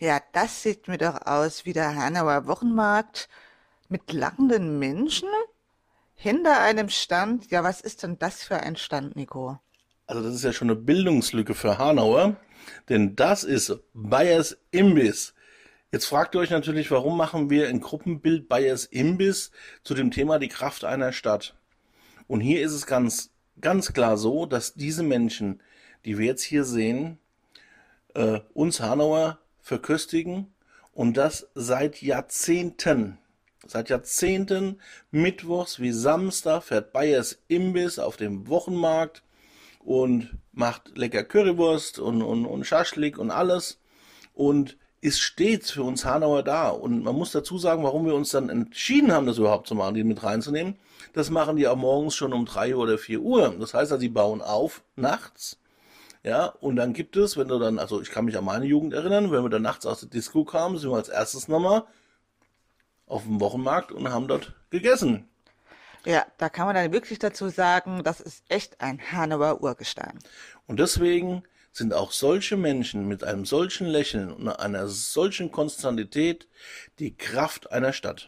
Ja, das sieht mir doch aus wie der Hanauer Wochenmarkt mit lachenden Menschen hinter einem Stand. Ja, was ist denn das für ein Stand, Nico? Also das ist ja schon eine Bildungslücke für Hanauer, denn das ist Bayers Imbiss. Jetzt fragt ihr euch natürlich, warum machen wir ein Gruppenbild Bayers Imbiss zu dem Thema die Kraft einer Stadt? Und hier ist es ganz klar so, dass diese Menschen, die wir jetzt hier sehen, uns Hanauer verköstigen und das seit Jahrzehnten. Seit Jahrzehnten, mittwochs wie Samstag, fährt Bayers Imbiss auf dem Wochenmarkt und macht lecker Currywurst und Schaschlik und alles und ist stets für uns Hanauer da. Und man muss dazu sagen, warum wir uns dann entschieden haben, das überhaupt zu machen, die mit reinzunehmen. Das machen die auch morgens schon um 3 oder 4 Uhr. Das heißt also, die bauen auf nachts. Ja, und dann gibt es, wenn du dann, also ich kann mich an meine Jugend erinnern, wenn wir dann nachts aus der Disco kamen, sind wir als erstes nochmal auf dem Wochenmarkt und haben dort gegessen. Ja, da kann man dann wirklich dazu sagen, das ist echt ein Hanauer Urgestein. Und deswegen sind auch solche Menschen mit einem solchen Lächeln und einer solchen Konstantität die Kraft einer Stadt.